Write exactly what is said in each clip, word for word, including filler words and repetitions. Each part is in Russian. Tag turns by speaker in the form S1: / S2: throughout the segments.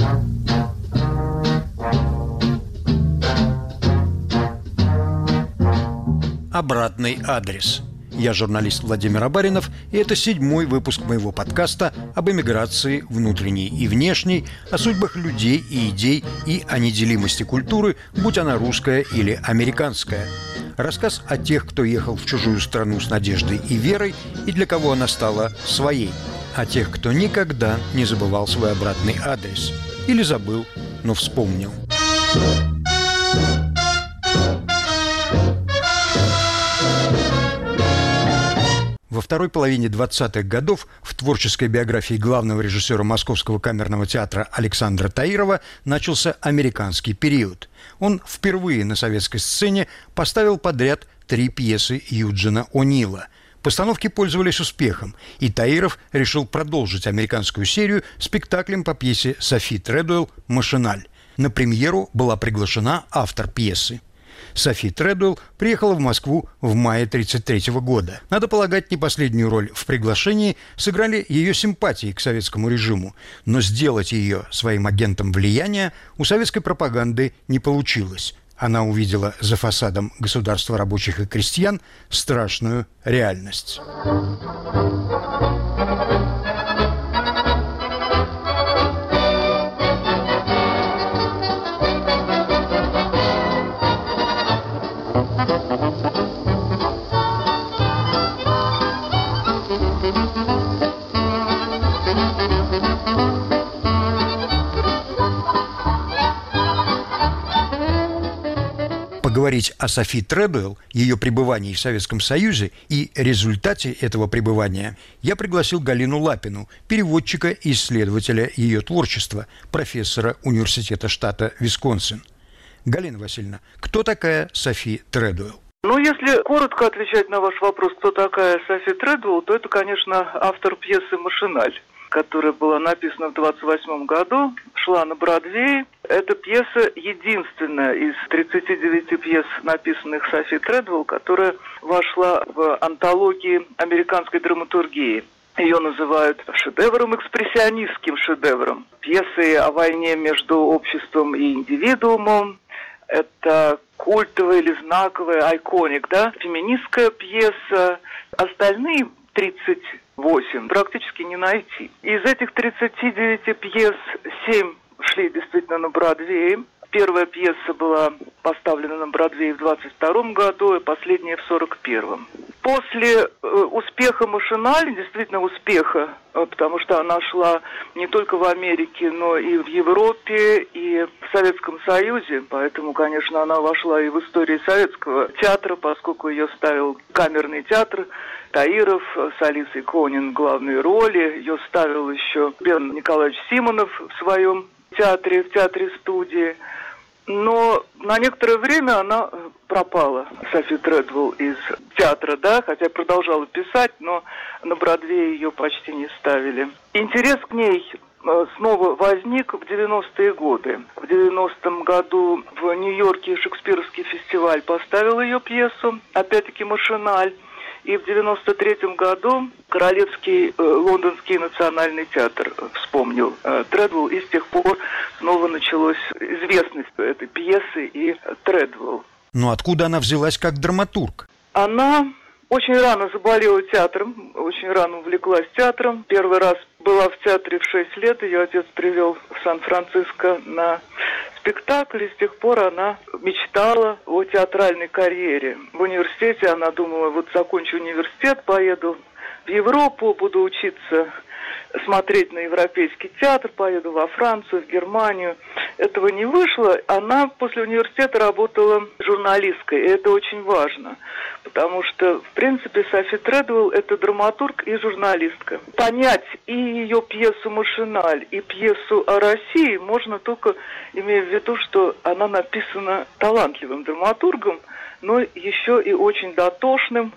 S1: Обратный адрес. Я журналист Владимир Абаринов, и это седьмой выпуск моего подкаста об эмиграции внутренней и внешней, о судьбах людей и идей и о неделимости культуры, будь она русская или американская. Рассказ о тех, кто ехал в чужую страну с надеждой и верой, и для кого она стала своей. О тех, кто никогда не забывал свой обратный адрес. Или забыл, но вспомнил. Во второй половине двадцатых годов в творческой биографии главного режиссера Московского камерного театра Александра Таирова начался американский период. Он впервые на советской сцене поставил подряд три пьесы Юджина О'Нила. Постановки пользовались успехом, и Таиров решил продолжить американскую серию спектаклем по пьесе Софи Тредуэлл «Машиналь». На премьеру была приглашена автор пьесы. Софи Тредуэлл приехала в Москву в мае тысяча девятьсот тридцать третьего года. Надо полагать, не последнюю роль в приглашении сыграли ее симпатии к советскому режиму, но сделать ее своим агентом влияния у советской пропаганды не получилось. Она увидела за фасадом государства рабочих и крестьян страшную реальность. Поговорить о Софи Тредуэлл, ее пребывании в Советском Союзе и результате этого пребывания я пригласил Галину Лапину, переводчика и исследователя ее творчества, профессора университета штата Висконсин. Галина Васильевна, кто такая Софи Тредуэлл?
S2: Ну, если коротко отвечать на ваш вопрос, кто такая Софи Тредуэлл, то это, конечно, автор пьесы «Машиналь», которая была написана в двадцать восьмом году, шла на Бродвее. Эта пьеса единственная из тридцати девяти пьес, написанных Софи Тредуэлл, которая вошла в антологии американской драматургии. Ее называют шедевром, экспрессионистским шедевром. Пьесы о войне между обществом и индивидуумом. Это культовая или знаковая, айконик, да, феминистская пьеса. Остальные тридцать восемь практически не найти. Из этих тридцати девяти пьес семь шли действительно на Бродвее. Первая пьеса была поставлена на Бродвее в двадцать втором году, и последняя в сорок первом. После э, успеха «Машиналь», действительно успеха, э, потому что она шла не только в Америке, но и в Европе, и в Советском Союзе, поэтому, конечно, она вошла и в историю советского театра, поскольку ее ставил камерный театр Таиров с Алисой Конин в главной роли. Ее ставил еще Бен Николаевич Симонов в своем театре, в театре-студии. Но на некоторое время она пропала, Софи Тредуэлл, из театра, да, хотя продолжала писать, но на Бродвее ее почти не ставили. Интерес к ней снова возник в девяностые годы. В девяностом году в Нью-Йорке Шекспировский фестиваль поставил ее пьесу, опять-таки «Машиналь». И в девяносто третьем году Королевский э, Лондонский национальный театр вспомнил э, Тредуэлл, и с тех пор снова началась известность этой пьесы и Тредуэлл.
S1: Но откуда она взялась как драматург?
S2: Она очень рано заболела театром, очень рано увлеклась театром. Первый раз была в театре в шесть лет, ее отец привел в Сан-Франциско на спектакль, и с тех пор она мечтала о театральной карьере. В университете она думала, вот закончу университет, поеду в Европу, буду учиться смотреть на европейский театр, поеду во Францию, в Германию. Этого не вышло. Она после университета работала журналисткой, и это очень важно, потому что, в принципе, Софи Тредуэлл – это драматург и журналистка. Понять и ее пьесу «Машиналь», и пьесу о России можно только имея в виду, что она написана талантливым драматургом, но еще и очень дотошным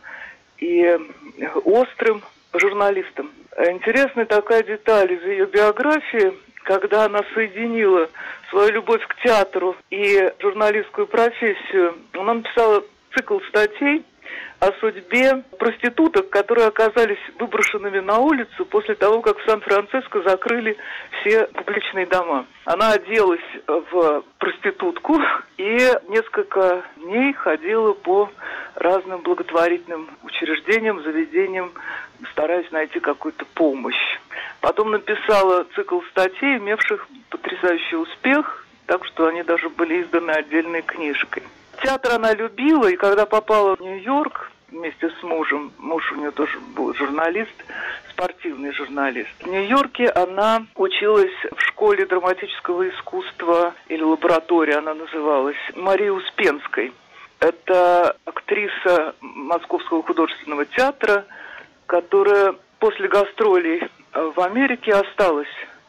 S2: и острым журналистом. Интересная такая деталь из ее биографии, когда она соединила свою любовь к театру и журналистскую профессию. Она написала цикл статей о судьбе проституток, которые оказались выброшенными на улицу после того, как в Сан-Франциско закрыли все публичные дома. Она оделась в проститутку и несколько дней ходила по разным благотворительным учреждениям, заведениям, стараясь найти какую-то помощь. Потом написала цикл статей, имевших потрясающий успех, так что они даже были изданы отдельной книжкой. Театр она любила, и когда попала в Нью-Йорк вместе с мужем, муж у нее тоже был журналист, спортивный журналист. В Нью-Йорке она училась в школе драматического искусства, или лаборатории она называлась, Марии Успенской. Это актриса Московского художественного театра, которая после гастролей в Америке осталась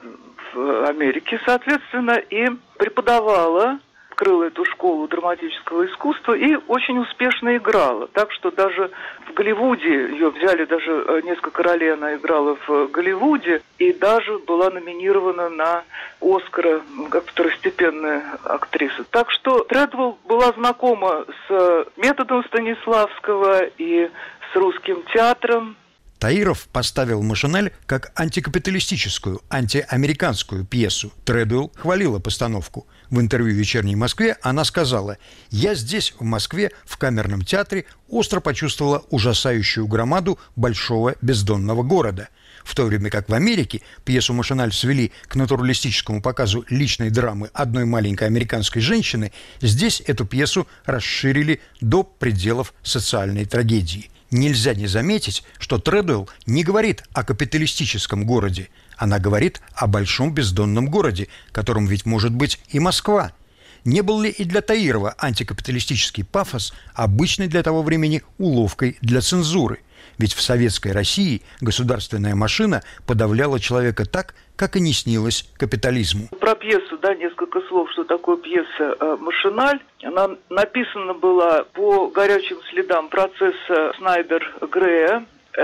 S2: в Америке, соответственно, и преподавала, открыла эту школу драматического искусства и очень успешно играла. Так что даже в Голливуде ее взяли, даже несколько ролей она играла в Голливуде, и даже была номинирована на Оскара как второстепенная актриса. Так что Тредуэлл была знакома с методом Станиславского и с русским театром.
S1: Таиров поставил «Машиналь» как антикапиталистическую, антиамериканскую пьесу. Тредуэлл хвалила постановку. В интервью «Вечерней Москве» она сказала: «Я здесь, в Москве, в камерном театре, остро почувствовала ужасающую громаду большого бездонного города». В то время как в Америке пьесу «Машиналь» свели к натуралистическому показу личной драмы одной маленькой американской женщины, здесь эту пьесу расширили до пределов социальной трагедии. Нельзя не заметить, что Тредуэлл не говорит о капиталистическом городе. Она говорит о большом бездонном городе, которым ведь может быть и Москва. Не был ли и для Таирова антикапиталистический пафос обычной для того времени уловкой для цензуры? Ведь в советской России государственная машина подавляла человека так, как и не снилось капитализму.
S2: Про пьесу, да, несколько слов, что такое пьеса «Машиналь». Она написана была по горячим следам процесса Снайдер-Грея.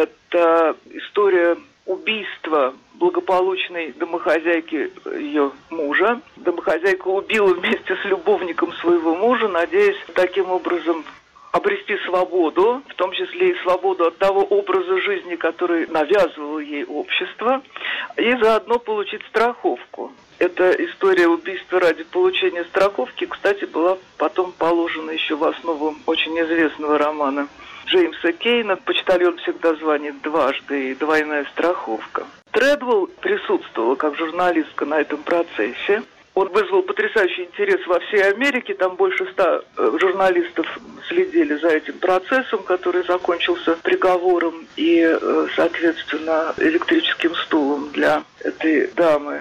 S2: Это история убийства благополучной домохозяйки ее мужа. Домохозяйка убила вместе с любовником своего мужа, надеясь таким образом обрести свободу, в том числе и свободу от того образа жизни, который навязывало ей общество, и заодно получить страховку. Эта история убийства ради получения страховки, кстати, была потом положена еще в основу очень известного романа Джеймса Кейна «Почтальон всегда звонит дважды» и «Двойная страховка». Тредуэлл присутствовала как журналистка на этом процессе. Он вызвал потрясающий интерес во всей Америке. Там больше ста журналистов следили за этим процессом, который закончился приговором и, соответственно, электрическим стулом для этой дамы.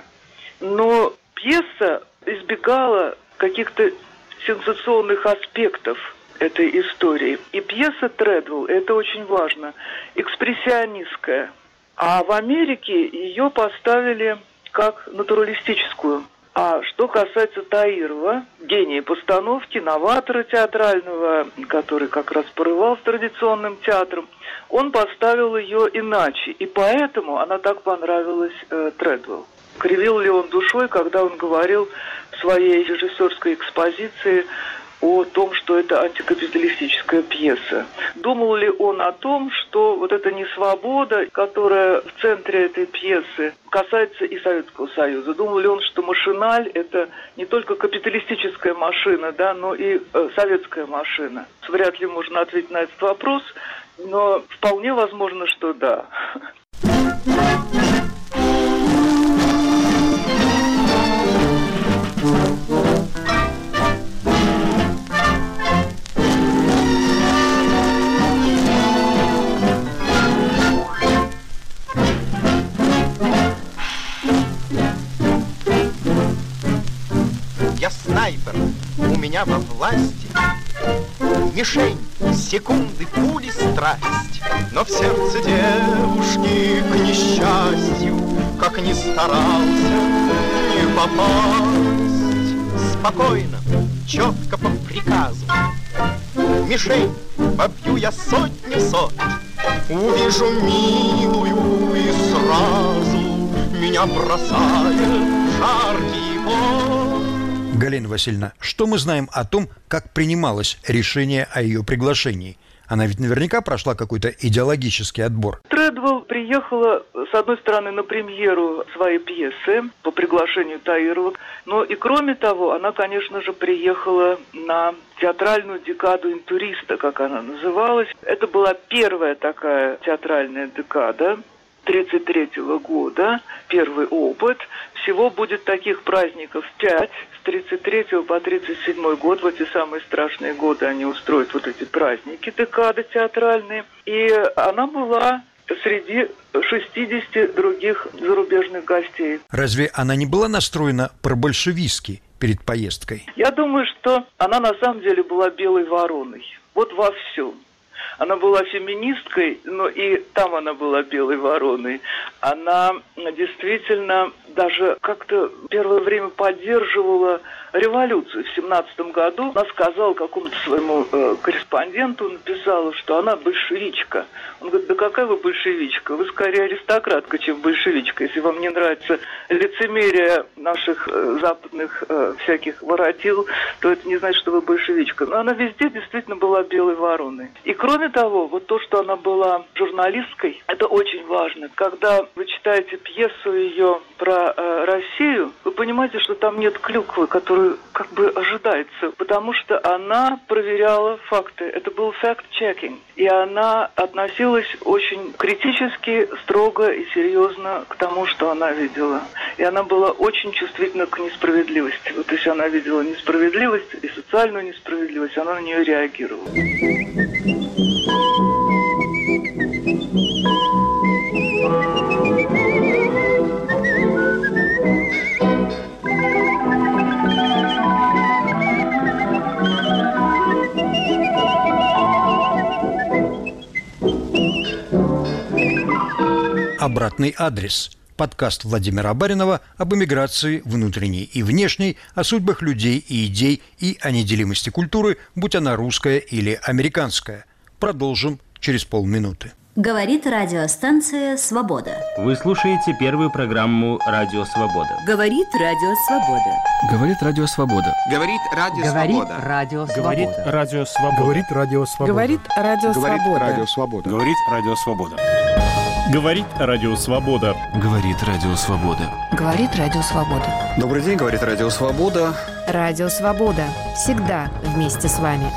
S2: Но пьеса избегала каких-то сенсационных аспектов этой истории. И пьеса Тредуэлл, это очень важно, экспрессионистская. А в Америке ее поставили как натуралистическую. А что касается Таирова, гения постановки, новатора театрального, который как раз порывал с традиционным театром, он поставил ее иначе. И поэтому она так понравилась э, Тредуэлл. Кривил ли он душой, когда он говорил в своей режиссерской экспозиции о том, что это антикапиталистическая пьеса? Думал ли он о том, что вот эта несвобода, которая в центре этой пьесы, касается и Советского Союза? Думал ли он, что «Машиналь» — это не только капиталистическая машина, да, но и э, советская машина? Вряд ли можно ответить на этот вопрос, но вполне возможно, что да.
S3: Я снайпер, у меня во власти мишень, секунды, пули, страсть. Но в сердце девушки, к несчастью, как ни старался, не попасть. Спокойно, четко по приказу мишень побью я сотню сот. Увижу милую и сразу меня бросает жаркий пот.
S1: Галина Васильевна, что мы знаем о том, как принималось решение о ее приглашении? Она ведь наверняка прошла какой-то идеологический отбор.
S2: Тредвелл приехала, с одной стороны, на премьеру своей пьесы по приглашению Таирова, но и кроме того, она, конечно же, приехала на театральную декаду интуриста, как она называлась. Это была первая такая театральная декада тридцать третьего года, первый опыт. Всего будет таких праздников пять, с тридцать третьего по тридцать седьмой год, в эти самые страшные годы они устроят вот эти праздники, декады театральные. И она была среди шестидесяти других зарубежных гостей.
S1: Разве она не была настроена пробольшевистски перед поездкой?
S2: Я думаю, что она на самом деле была белой вороной. Вот во всем. Она была феминисткой, но и там она была белой вороной. Она действительно даже как-то первое время поддерживала революцию. В семнадцатом году она сказала какому-то своему э, корреспонденту, написала, что она большевичка. Он говорит, да какая вы большевичка? Вы скорее аристократка, чем большевичка. Если вам не нравится лицемерие наших э, западных э, всяких воротил, то это не значит, что вы большевичка. Но она везде действительно была белой вороной. И кроме того, вот то, что она была журналисткой, это очень важно. Когда вы читаете пьесу ее про э, Россию, вы понимаете, что там нет клюквы, которую как бы ожидается, потому что она проверяла факты. Это был fact-checking. И она относилась очень критически, строго и серьезно к тому, что она видела. И она была очень чувствительна к несправедливости. Вот если она видела несправедливость и социальную несправедливость, она на нее реагировала.
S1: Обратный адрес. Подкаст Владимира Баринова об эмиграции внутренней и внешней, о судьбах людей и идей и о неделимости культуры, будь она русская или американская. Продолжим через полминуты.
S4: Говорит радиостанция «Свобода».
S5: Вы слушаете первую программу «Радио Свобода».
S6: Говорит Радио Свобода.
S7: Говорит Радио Свобода.
S8: Говорит Радио Свобода.
S6: Говорит Радио Свобода.
S7: Говорит Радио Свобода.
S6: Говорит Радио Свобода.
S7: Говорит Радио Свобода.
S9: Говорит Радио Свобода.
S7: Говорит Радио Свобода.
S6: Говорит Радио Свобода.
S7: Добрый день, говорит Радио Свобода.
S6: Радио Свобода. Всегда вместе с вами.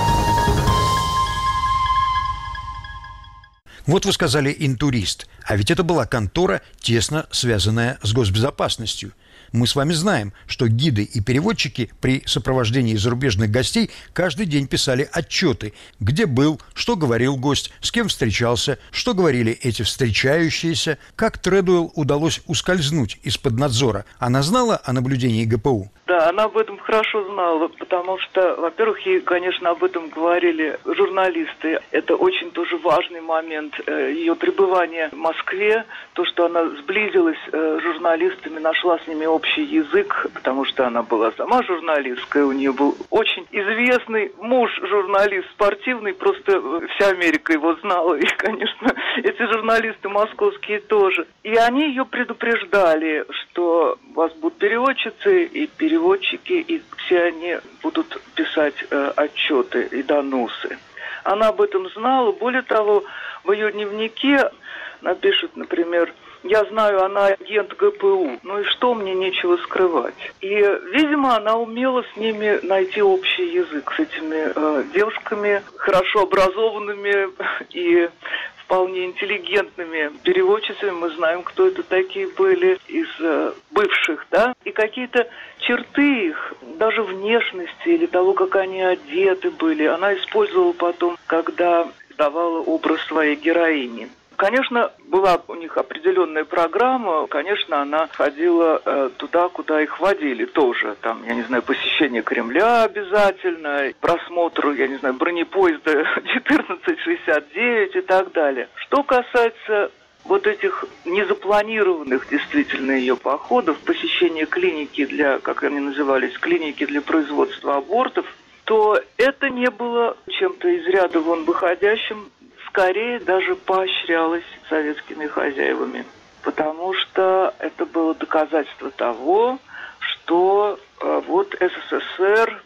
S1: Вот вы сказали «интурист», а ведь это была контора, тесно связанная с госбезопасностью. Мы с вами знаем, что гиды и переводчики при сопровождении зарубежных гостей каждый день писали отчеты, где был, что говорил гость, с кем встречался, что говорили эти встречающиеся, как Тредуэлл удалось ускользнуть из-под надзора. Она знала о наблюдении ГПУ?
S2: Да, она об этом хорошо знала, потому что, во-первых, ей, конечно, об этом говорили журналисты. Это очень тоже важный момент ее пребывания в Москве, то, что она сблизилась с журналистами, нашла с ними общий язык, потому что она была сама журналистка, у нее был очень известный муж журналист спортивный, просто вся Америка его знала, и, конечно, эти журналисты московские тоже. И они ее предупреждали, что у вас будут переводчицы и переводчики, и все они будут писать э, отчеты и доносы. Она об этом знала. Более того, в ее дневнике напишет, например, «Я знаю, она агент ГПУ, ну и что, мне нечего скрывать». И, видимо, она умела с ними найти общий язык, с этими э, девушками, хорошо образованными и вполне интеллигентными переводчицами. Мы знаем, кто это такие были из э, бывших, да, и какие-то черты их, даже внешности или того, как они одеты были, она использовала потом, когда давала образ своей героини. Конечно, была у них определенная программа, конечно, она ходила э, туда, куда их водили тоже. Там, я не знаю, посещение Кремля обязательно, просмотр, я не знаю, бронепоезда четырнадцать шестьдесят девять и так далее. Что касается вот этих незапланированных действительно ее походов, посещение клиники для, как они назывались, клиники для производства абортов, то это не было чем-то из ряда вон выходящим, скорее даже поощрялось советскими хозяевами, потому что это было доказательство того, что э, вот СССР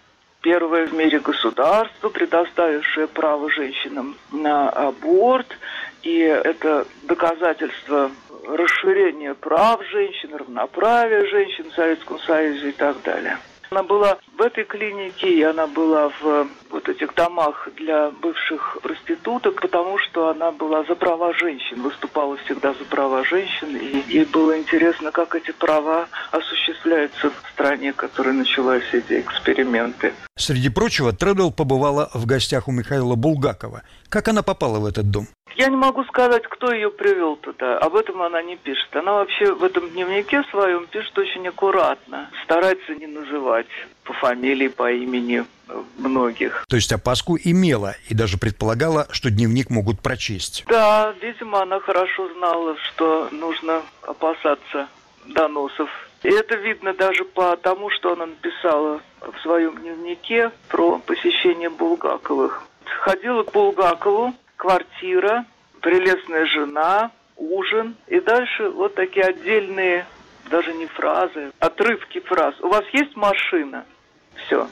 S2: первое в мире государство, предоставившее право женщинам на аборт. И это доказательство расширения прав женщин, равноправия женщин в Советском Союзе и так далее. Она была в этой клинике, и она была в вот этих домах для бывших проституток, потому что она была за права женщин, выступала всегда за права женщин, и ей было интересно, как эти права осуществляются в стране, которая начала все эти эксперименты.
S1: Среди прочего, Тредуэлл побывала в гостях у Михаила Булгакова. Как она попала в этот дом?
S2: Я не могу сказать, кто ее привел туда. Об этом она не пишет. Она вообще в этом дневнике своем пишет очень аккуратно. Старается не называть по фамилии, по имени многих.
S1: То есть опаску имела и даже предполагала, что дневник могут прочесть.
S2: Да, видимо, она хорошо знала, что нужно опасаться доносов. И это видно даже по тому, что она написала в своем дневнике про посещение Булгаковых. Ходила к Булгакову, квартира, прелестная жена, ужин. И дальше вот такие отдельные, даже не фразы, отрывки фраз. У вас есть машина? Все.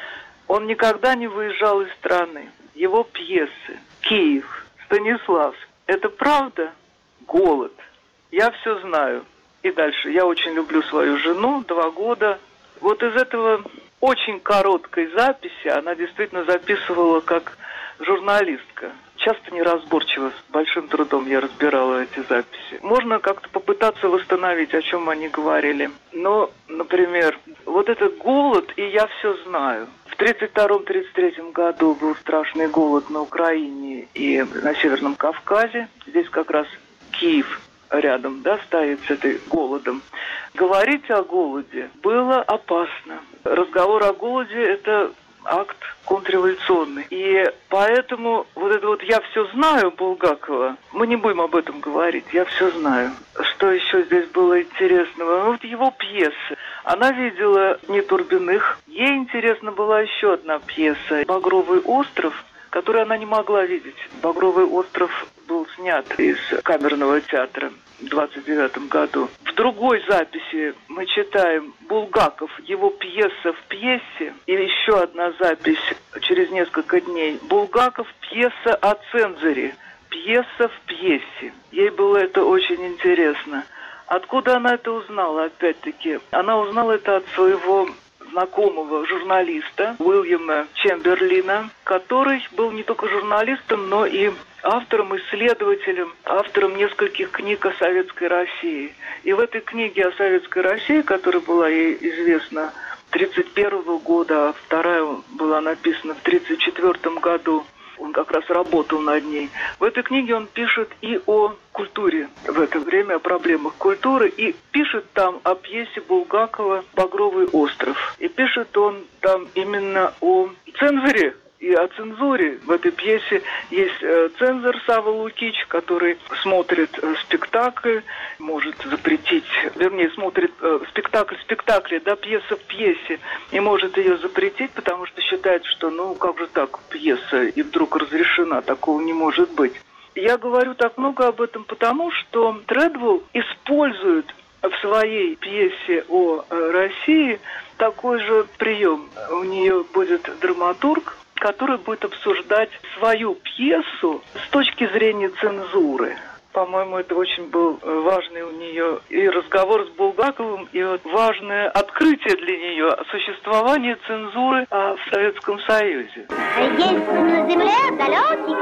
S2: Он никогда не выезжал из страны. Его пьесы. Киев, Станиславск. Это правда? Голод. Я все знаю. И дальше. Я очень люблю свою жену. Два года. Вот из этого очень короткой записи она действительно записывала как журналистка. Часто неразборчиво, с большим трудом я разбирала эти записи. Можно как-то попытаться восстановить, о чем они говорили. Но, например, вот этот голод, и я все знаю. В тридцать втором — тридцать третьем году был страшный голод на Украине и на Северном Кавказе. Здесь как раз Киев рядом, да, стоит с этой голодом. Говорить о голоде было опасно. Разговор о голоде – это акт контрреволюционный. И поэтому вот это вот «я все знаю» Булгакова, мы не будем об этом говорить, «я все знаю». Что еще здесь было интересного? Ну, вот его пьесы. Она видела не Турбиных. Ей интересна была еще одна пьеса «Багровый остров», которую она не могла видеть. «Багровый остров» был снят из камерного театра в двадцать девятом году. В другой записи мы читаем Булгаков, его пьеса в пьесе, и еще одна запись через несколько дней. Булгаков, пьеса о цензоре, пьеса в пьесе. Ей было это очень интересно. Откуда она это узнала, опять-таки? Она узнала это от своего знакомого журналиста Уильяма Чемберлина, который был не только журналистом, но и автором, исследователем, автором нескольких книг о Советской России. И в этой книге о Советской России, которая была ей известна тридцать первого года, а вторая была написана в тридцать четвертом году, он как раз работал над ней. В этой книге он пишет и о культуре в это время, о проблемах культуры, и пишет там о пьесе Булгакова «Багровый остров». И пишет он там именно о цензоре и о цензуре. В этой пьесе есть э, цензор Сава Лукич, который смотрит э, спектакль, может запретить, вернее, смотрит э, спектакль в спектакле, да, пьеса в пьесе, и может ее запретить, потому что считает, что, ну, как же так, пьеса, и вдруг разрешена, такого не может быть. Я говорю так много об этом потому, что Тредуэлл использует в своей пьесе о э, России такой же прием. У нее будет драматург, который будет обсуждать свою пьесу с точки зрения цензуры. По-моему, это очень был важный у нее и разговор с Булгаковым, и вот важное открытие для нее существования цензуры в Советском Союзе.
S10: Есть на земле далекий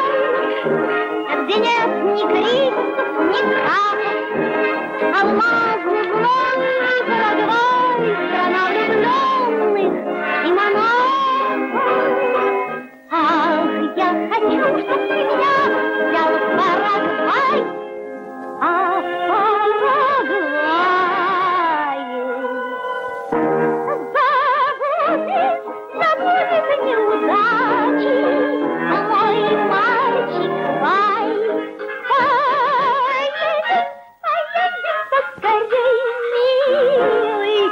S10: край, где нет ни крик, ни крах, алмазный звон, золотой, страна влюбленных и монах. Ах, я хочу, чтоб ты меня взял в Парагвай, а в Парагвае забудет неудачи, мой мальчик Вай. Поедем, поедем поскорей, милый,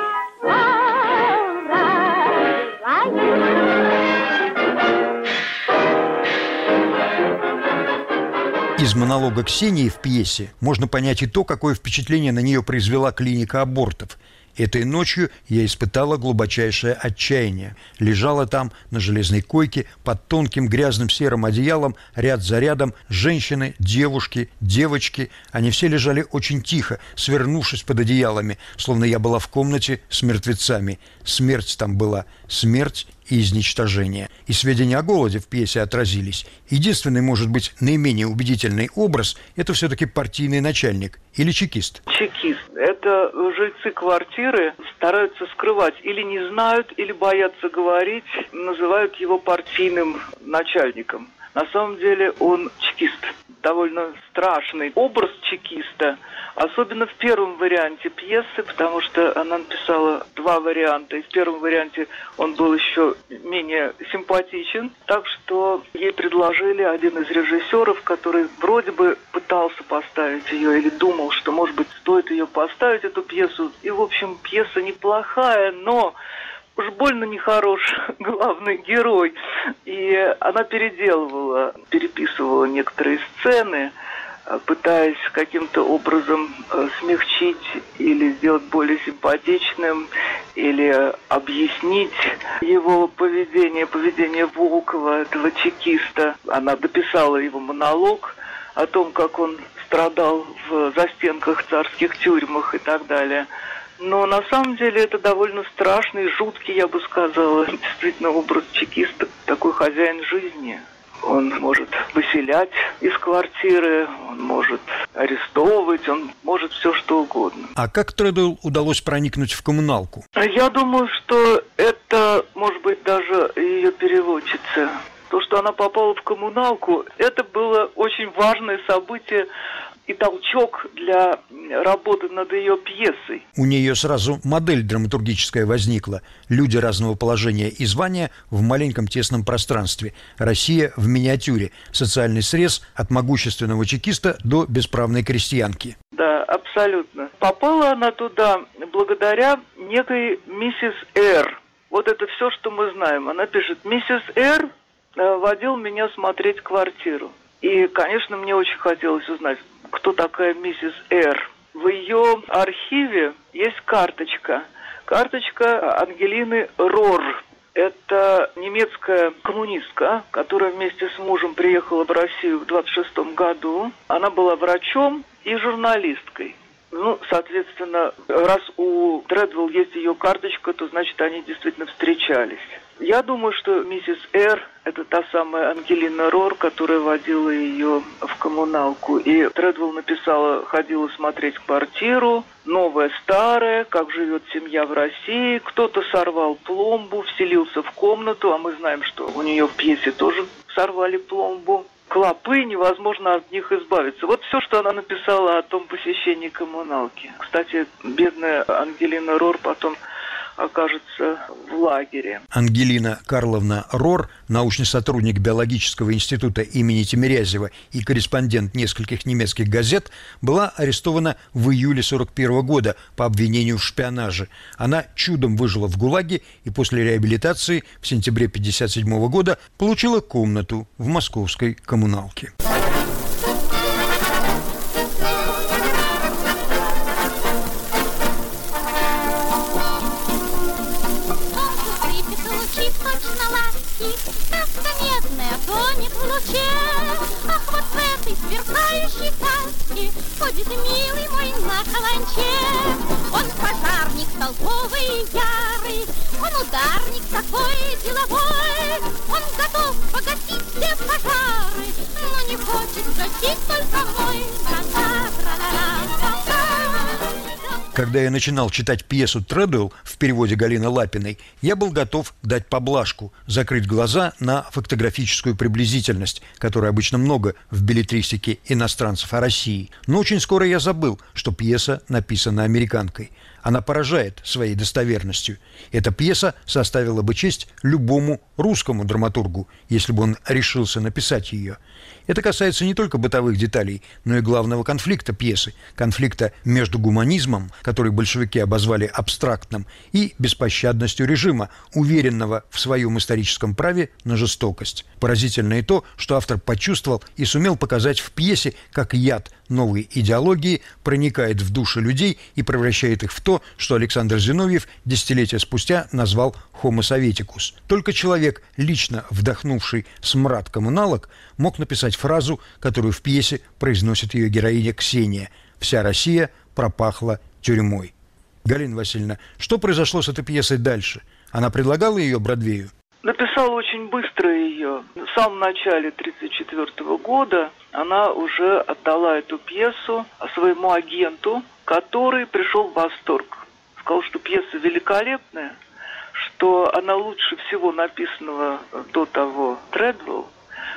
S1: Из монолога Ксении в пьесе можно понять и то, какое впечатление на нее произвела клиника абортов. Этой ночью я испытала глубочайшее отчаяние. Лежала там на железной койке под тонким грязным серым одеялом, ряд за рядом, женщины, девушки, девочки. Они все лежали очень тихо, свернувшись под одеялами, словно я была в комнате с мертвецами. Смерть там была, смерть и изничтожение. И сведения о голоде в пьесе отразились. Единственный, может быть, наименее убедительный образ – это все-таки партийный начальник или чекист.
S2: Чекист. Это жильцы квартиры стараются скрывать. Или не знают, или боятся говорить, называют его партийным начальником. На самом деле он чекист. Довольно страшный образ чекиста, особенно в первом варианте пьесы, потому что она написала два варианта. И в первом варианте он был еще менее симпатичен, так что ей предложили один из режиссеров, который вроде бы пытался поставить ее или думал, что, может быть, стоит ее поставить, эту пьесу. И, в общем, пьеса неплохая, но уж больно нехорош главный герой. И она переделывала, переписывала некоторые сцены, пытаясь каким-то образом смягчить или сделать более симпатичным, или объяснить его поведение, поведение Волкова, этого чекиста. Она дописала его монолог о том, как он страдал в застенках царских тюрьмах и так далее. Но на самом деле это довольно страшный, жуткий, я бы сказала, действительно образ чекиста, такой хозяин жизни. Он может выселять из квартиры, он может арестовывать, он может все что угодно.
S1: А как Тредуэлл удалось проникнуть в коммуналку?
S2: Я думаю, что это, может быть, даже ее переводчица. То, что она попала в коммуналку, это было очень важное событие и толчок для работы над ее пьесой.
S1: У нее сразу модель драматургическая возникла. Люди разного положения и звания в маленьком тесном пространстве. Россия в миниатюре. Социальный срез от могущественного чекиста до бесправной крестьянки.
S2: Да, абсолютно. Попала она туда благодаря некой миссис Р. Вот это все, что мы знаем. Она пишет: «Миссис Р водил меня смотреть квартиру». И, конечно, мне очень хотелось узнать, кто такая миссис Р. В ее архиве есть карточка. Карточка Ангелины Рор. Это немецкая коммунистка, которая вместе с мужем приехала в Россию в двадцать шестом году. Она была врачом и журналисткой. Ну, соответственно, раз у Тредуэлл есть ее карточка, то значит, они действительно встречались. Я думаю, что миссис Р. – это та самая Ангелина Рор, которая водила ее в коммуналку. И Тредуэлл написала: ходила смотреть квартиру, новая, старая, как живет семья в России. Кто-то сорвал пломбу, вселился в комнату, а мы знаем, что у нее в пьесе тоже сорвали пломбу. Клопы, невозможно от них избавиться. Вот все, что она написала о том посещении коммуналки. Кстати, бедная Ангелина Рор потом окажется в лагере.
S1: Ангелина Карловна Рор, научный сотрудник Биологического института имени Тимирязева и корреспондент нескольких немецких газет, была арестована в июле сорок первого года по обвинению в шпионаже. Она чудом выжила в ГУЛАГе и после реабилитации в сентябре пятьдесят седьмого года получила комнату в московской коммуналке.
S10: Ах, вот в этой сверкающей каске ходит милый мой на каланче. Он пожарник толковый и ярый, он ударник такой деловой. Он готов погасить все пожары, но не хочет гасить только мой.
S1: Когда я начинал читать пьесу Тредуэлл в переводе Галины Лапиной, я был готов дать поблажку, закрыть глаза на фактографическую приблизительность, которой обычно много в беллетристике иностранцев о России. Но очень скоро я забыл, что пьеса написана американкой. Она поражает своей достоверностью. Эта пьеса составила бы честь любому русскому драматургу, если бы он решился написать ее. Это касается не только бытовых деталей, но и главного конфликта пьесы, конфликта между гуманизмом, который большевики обозвали абстрактным, и беспощадностью режима, уверенного в своем историческом праве на жестокость. Поразительно и то, что автор почувствовал и сумел показать в пьесе, как яд новой идеологии проникает в души людей и превращает их в то, то, что Александр Зиновьев десятилетия спустя назвал «homo sovieticus». Только человек, лично вдохнувший смрад коммуналок, мог написать фразу, которую в пьесе произносит ее героиня Ксения: «Вся Россия пропахла тюрьмой». Галина Васильевна, что произошло с этой пьесой дальше? Она предлагала ее Бродвею?
S2: Написала очень быстро ее. В самом начале тысяча девятьсот тридцать четвёртого года она уже отдала эту пьесу своему агенту, который пришел в восторг. Сказал, что пьеса великолепная, что она лучше всего написанного до того Тредвелл,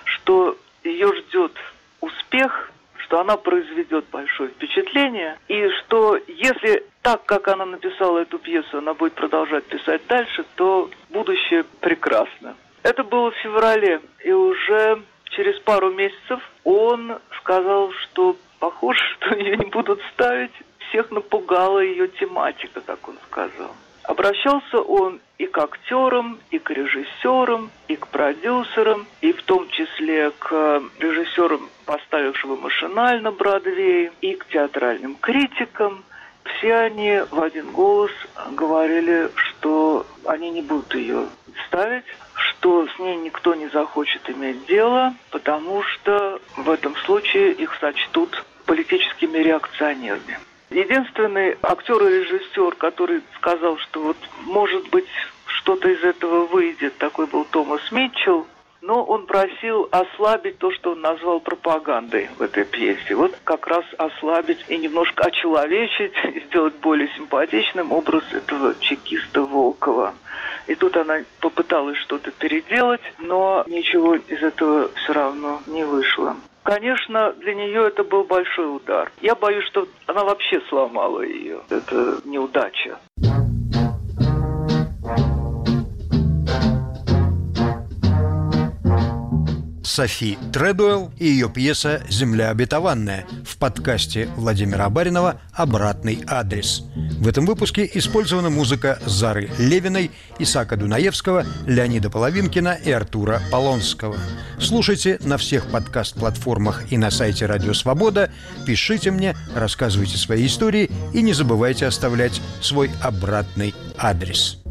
S2: что ее ждет успех, что она произведет большое впечатление, и что если так, как она написала эту пьесу, она будет продолжать писать дальше, то будущее прекрасно. Это было в феврале, и уже через пару месяцев он сказал, что похоже, что ее не будут ставить. Всех напугала ее тематика, как он сказал. Обращался он и к актерам, и к режиссерам, и к продюсерам, и в том числе к режиссерам, поставившим машинально Бродвей, и к театральным критикам. Все они в один голос говорили, что они не будут ее ставить, что с ней никто не захочет иметь дело, потому что в этом случае их сочтут политическими реакционерами. Единственный актер и режиссер, который сказал, что вот может быть что-то из этого выйдет, такой был Томас Митчелл, но он просил ослабить то, что он назвал пропагандой в этой пьесе. Вот как раз ослабить и немножко очеловечить, и сделать более симпатичным образ этого чекиста Волкова. И тут она попыталась что-то переделать, но ничего из этого все равно не вышло. Конечно, для нее это был большой удар. Я боюсь, что она вообще сломала ее. Это неудача.
S1: Софи Тредуэлл и ее пьеса «Земля обетованная» в подкасте Владимира Баринова «Обратный адрес». В этом выпуске использована музыка Зары Левиной, Исаака Дунаевского, Леонида Половинкина и Артура Полонского. Слушайте на всех подкаст-платформах и на сайте Радио Свобода. Пишите мне, рассказывайте свои истории и не забывайте оставлять свой обратный адрес.